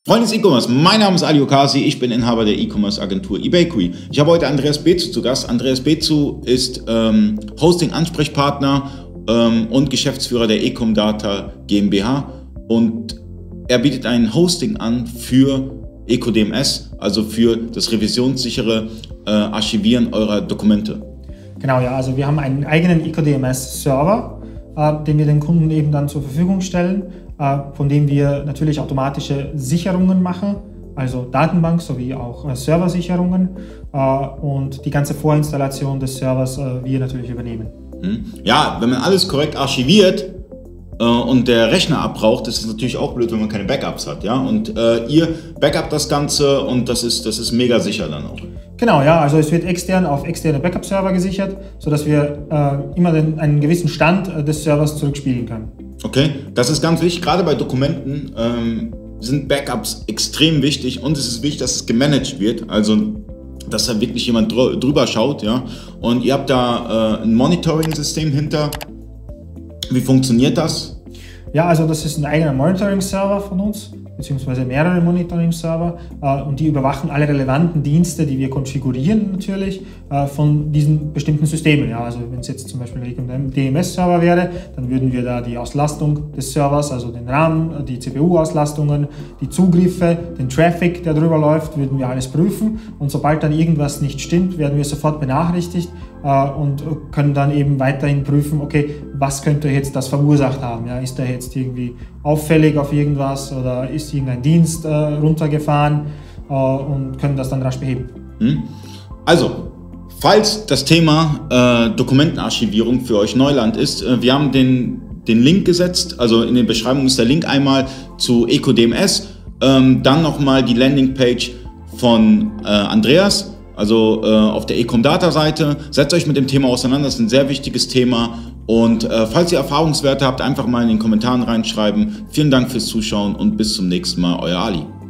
Freunde des E-Commerce, mein Name ist Ali Okasi, ich bin Inhaber der E-Commerce-Agentur eBakery. Ich habe heute Andreas Bezu zu Gast. Andreas Bezu ist Hosting-Ansprechpartner und Geschäftsführer der Ecomdata GmbH und er bietet ein Hosting an für EcoDMS, also für das revisionssichere Archivieren eurer Dokumente. Genau, ja, also wir haben einen eigenen EcoDMS-Server, den wir den Kunden eben dann zur Verfügung stellen, von dem wir natürlich automatische Sicherungen machen, also Datenbank sowie auch Serversicherungen und die ganze Vorinstallation des Servers wir natürlich übernehmen. Ja, wenn man alles korrekt archiviert und der Rechner abbraucht, ist es natürlich auch blöd, wenn man keine Backups hat, ja? Und ihr backupt das Ganze und das ist mega sicher dann auch. Genau, ja, also es wird extern auf externe Backup-Server gesichert, sodass wir immer einen gewissen Stand des Servers zurückspielen können. Okay, das ist ganz wichtig, gerade bei Dokumenten sind Backups extrem wichtig und es ist wichtig, dass es gemanagt wird, also dass da wirklich jemand drüber schaut, ja? Und ihr habt da ein Monitoring-System hinter. Wie funktioniert das? Ja, also das ist ein eigener Monitoring-Server von uns, beziehungsweise mehrere Monitoring-Server und die überwachen alle relevanten Dienste, die wir konfigurieren natürlich von diesen bestimmten Systemen. Ja, also wenn es jetzt zum Beispiel ein DMS-Server wäre, dann würden wir da die Auslastung des Servers, also den RAM, die CPU-Auslastungen, die Zugriffe, den Traffic, der drüber läuft, würden wir alles prüfen und sobald dann irgendwas nicht stimmt, werden wir sofort benachrichtigt und können dann eben weiterhin prüfen, okay, was könnte jetzt das verursacht haben? Ja, ist der jetzt irgendwie auffällig auf irgendwas oder ist irgendein Dienst runtergefahren und können das dann rasch beheben. Also, falls das Thema Dokumentenarchivierung für euch Neuland ist, wir haben den Link gesetzt, also in der Beschreibung ist der Link einmal zu EcoDMS, dann nochmal die Landingpage von Andreas, also auf der Ecomdata-Seite. Setzt euch mit dem Thema auseinander, das ist ein sehr wichtiges Thema. Und falls ihr Erfahrungswerte habt, einfach mal in den Kommentaren reinschreiben. Vielen Dank fürs Zuschauen und bis zum nächsten Mal, euer Ali.